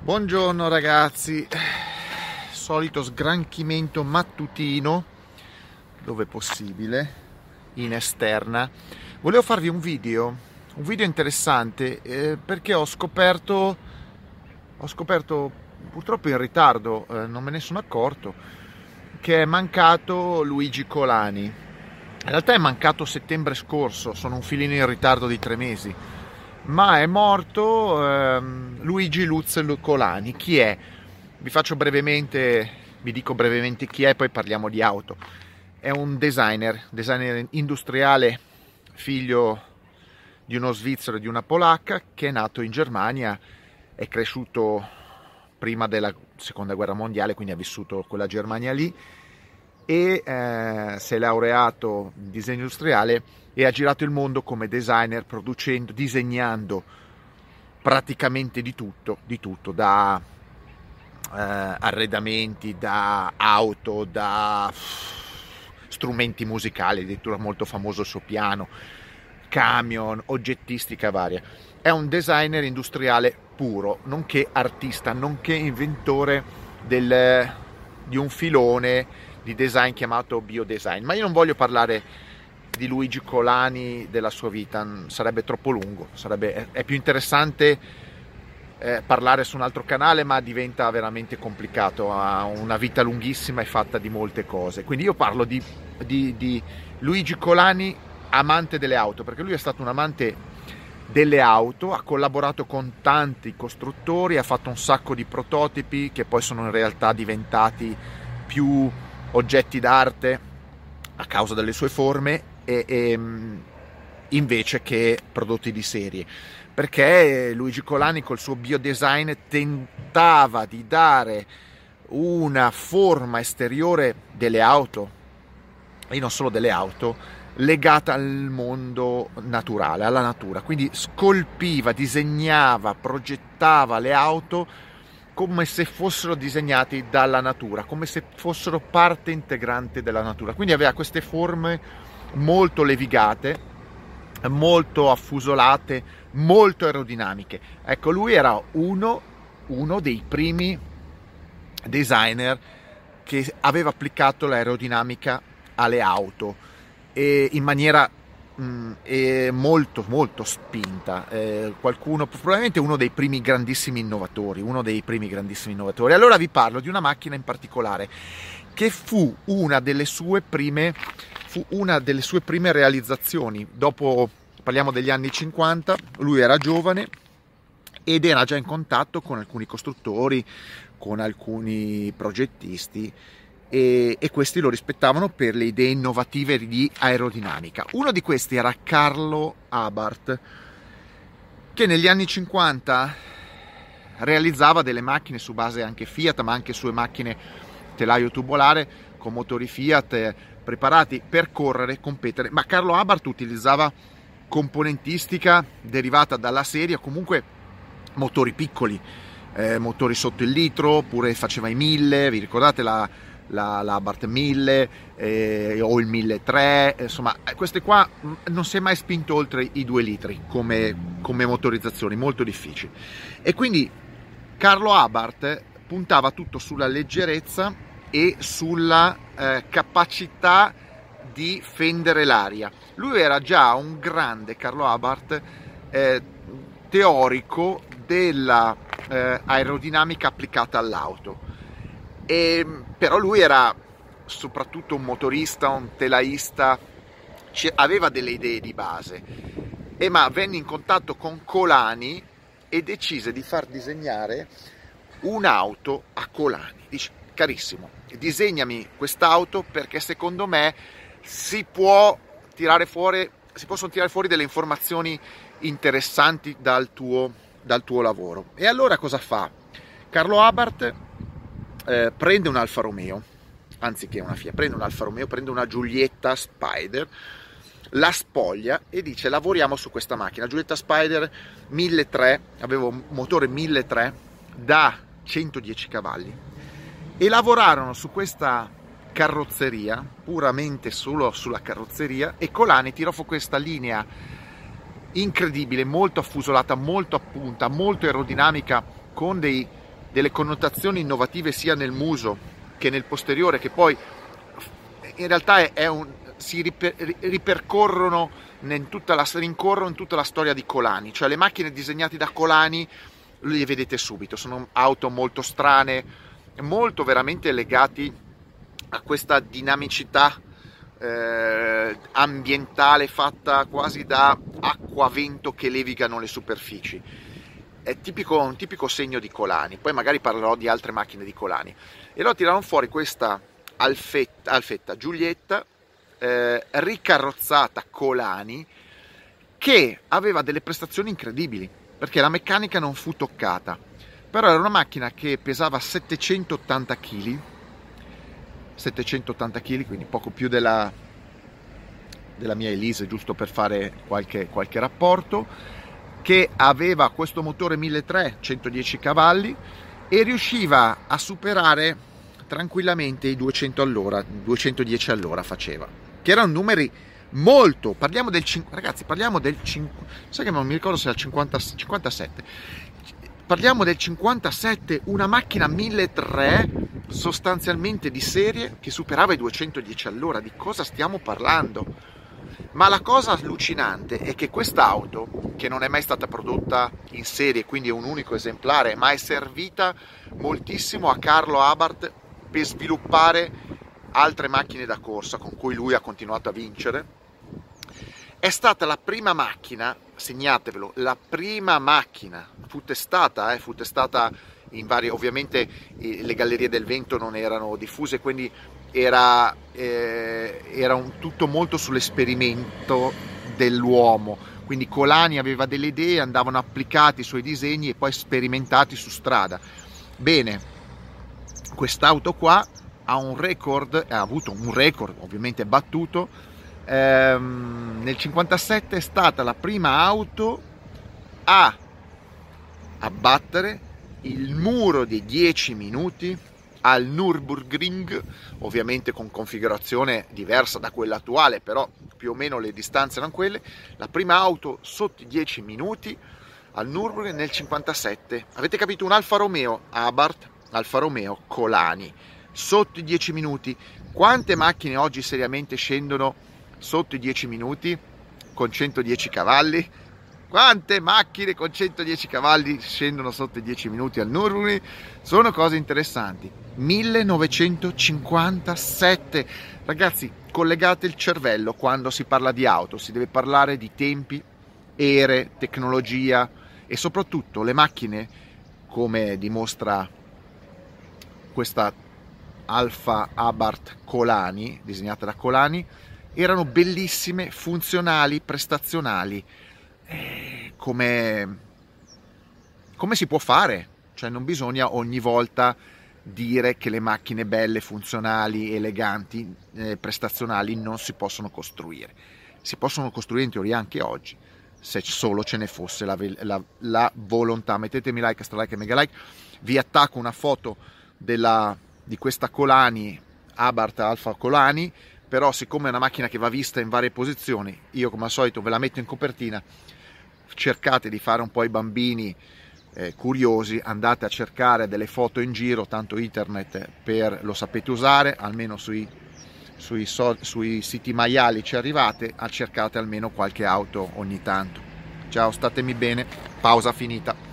Buongiorno ragazzi, solito sgranchimento mattutino dove possibile in esterna. Volevo farvi un video interessante perché ho scoperto purtroppo in ritardo, non me ne sono accorto, che è mancato Luigi Colani. In realtà è mancato settembre scorso, sono un filino in ritardo di 3 mesi. Ma è morto Luigi Lutz Colani. Chi è? Vi dico brevemente chi è, poi parliamo di auto. È un designer industriale, figlio di uno svizzero e di una polacca, che è nato in Germania, è cresciuto prima della seconda guerra mondiale, quindi ha vissuto quella Germania lì, e si è laureato in disegno industriale e ha girato il mondo come designer, disegnando praticamente di tutto, da arredamenti, da auto, da strumenti musicali, addirittura molto famoso il suo piano, camion, oggettistica varia. È un designer industriale puro, nonché artista, nonché inventore di un filone di design chiamato biodesign. Ma io non voglio parlare di Luigi Colani, della sua vita, sarebbe troppo lungo, è più interessante parlare su un altro canale, ma diventa veramente complicato. Ha una vita lunghissima e fatta di molte cose, quindi io parlo di Luigi Colani, amante delle auto, perché lui è stato un amante delle auto, ha collaborato con tanti costruttori, ha fatto un sacco di prototipi che poi sono in realtà diventati più oggetti d'arte a causa delle sue forme e invece che prodotti di serie, perché Luigi Colani col suo biodesign tentava di dare una forma esteriore delle auto, e non solo delle auto, legata al mondo naturale, alla natura. Quindi scolpiva, disegnava, progettava le auto come se fossero disegnati dalla natura, come se fossero parte integrante della natura. Quindi aveva queste forme molto levigate, molto affusolate, molto aerodinamiche. Ecco, lui era uno dei primi designer che aveva applicato l'aerodinamica alle auto e in maniera molto molto spinta. Probabilmente uno dei primi grandissimi innovatori. Allora vi parlo di una macchina in particolare che fu una delle sue prime realizzazioni. Dopo, parliamo degli anni 50, lui era giovane ed era già in contatto con alcuni costruttori, con alcuni progettisti, e questi lo rispettavano per le idee innovative di aerodinamica. Uno di questi era Carlo Abarth, che negli anni 50 realizzava delle macchine su base anche Fiat, ma anche sue macchine telaio tubolare con motori Fiat preparati per correre, competere. Ma Carlo Abarth utilizzava componentistica derivata dalla serie, comunque motori piccoli, motori sotto il litro, oppure faceva i 1000, vi ricordate la Abarth 1000 o il 1300, insomma queste qua non si è mai spinto oltre i 2 litri come motorizzazioni, molto difficili. E quindi Carlo Abarth puntava tutto sulla leggerezza e sulla capacità di fendere l'aria. Lui era già un grande, Carlo Abarth, teorico della aerodinamica applicata all'auto. Però lui era soprattutto un motorista, un telaista, aveva delle idee di base, ma venne in contatto con Colani e decise di far disegnare un'auto a Colani. Dice: carissimo, disegnami quest'auto perché secondo me si possono tirare fuori delle informazioni interessanti dal tuo lavoro. E allora cosa fa? Carlo Abarth prende un Alfa Romeo, anziché una Fiat, prende una Giulietta Spider, la spoglia e dice: lavoriamo su questa macchina. Giulietta Spider 1300, aveva un motore 1300 da 110 cavalli, e lavorarono su questa carrozzeria, puramente solo sulla carrozzeria, e Colani tirò fuori questa linea incredibile, molto affusolata, molto a punta, molto aerodinamica, con dei delle connotazioni innovative sia nel muso che nel posteriore, che poi in realtà si ripercorrono rincorrono in tutta la storia di Colani. Cioè le macchine disegnate da Colani le vedete subito, sono auto molto strane, molto veramente legati a questa dinamicità ambientale fatta quasi da acqua-vento che levigano le superfici. È un tipico segno di Colani. Poi magari parlerò di altre macchine di Colani. E allora tirarono fuori questa Alfetta Giulietta ricarrozzata Colani, che aveva delle prestazioni incredibili, perché la meccanica non fu toccata, però era una macchina che pesava 780 kg, quindi poco più della mia Elise, giusto per fare qualche rapporto, che aveva questo motore 1300, 110 cavalli, e riusciva a superare tranquillamente i 200 all'ora, 210 all'ora faceva, che erano numeri molto, sai che non mi ricordo se era il 57, parliamo del 57, una macchina 1300 sostanzialmente di serie che superava i 210 all'ora. Di cosa stiamo parlando? Ma la cosa allucinante è che quest'auto, che non è mai stata prodotta in serie, quindi è un unico esemplare, ma è servita moltissimo a Carlo Abarth per sviluppare altre macchine da corsa con cui lui ha continuato a vincere. È stata la prima macchina, segnatevelo, la prima macchina, fu testata in varie, ovviamente le gallerie del vento non erano diffuse, quindi era tutto molto sull'esperimento dell'uomo, quindi Colani aveva delle idee, andavano applicati i suoi disegni e poi sperimentati su strada. Bene, quest'auto qua ha avuto un record ovviamente battuto. Nel 57 è stata la prima auto a abbattere il muro dei 10 minuti al Nürburgring, ovviamente con configurazione diversa da quella attuale, però più o meno le distanze erano quelle. La prima auto sotto i 10 minuti al Nürburgring nel 57. Avete capito? Un Alfa Romeo Abarth, Alfa Romeo Colani, sotto i 10 minuti. Quante macchine oggi seriamente scendono sotto i 10 minuti con 110 cavalli? Quante macchine con 110 cavalli scendono sotto i 10 minuti al Nürburgring? Sono cose interessanti. 1957. Ragazzi, collegate il cervello quando si parla di auto, si deve parlare di tempi, ere, tecnologia e soprattutto le macchine, come dimostra questa Alfa Abarth Colani, disegnata da Colani, erano bellissime, funzionali, prestazionali. Come si può fare? Cioè non bisogna ogni volta dire che le macchine belle, funzionali, eleganti, prestazionali non si possono costruire. Si possono costruire in teoria anche oggi, se solo ce ne fosse la volontà. Mettetemi like, stralike e mega like. Vi attacco una foto di questa Colani, Abarth Alfa Colani, però siccome è una macchina che va vista in varie posizioni, io come al solito ve la metto in copertina. Cercate di fare un po' i bambini curiosi, andate a cercare delle foto in giro, tanto internet lo sapete usare, almeno sui siti maiali ci arrivate, cercate almeno qualche auto ogni tanto. Ciao, statemi bene, pausa finita.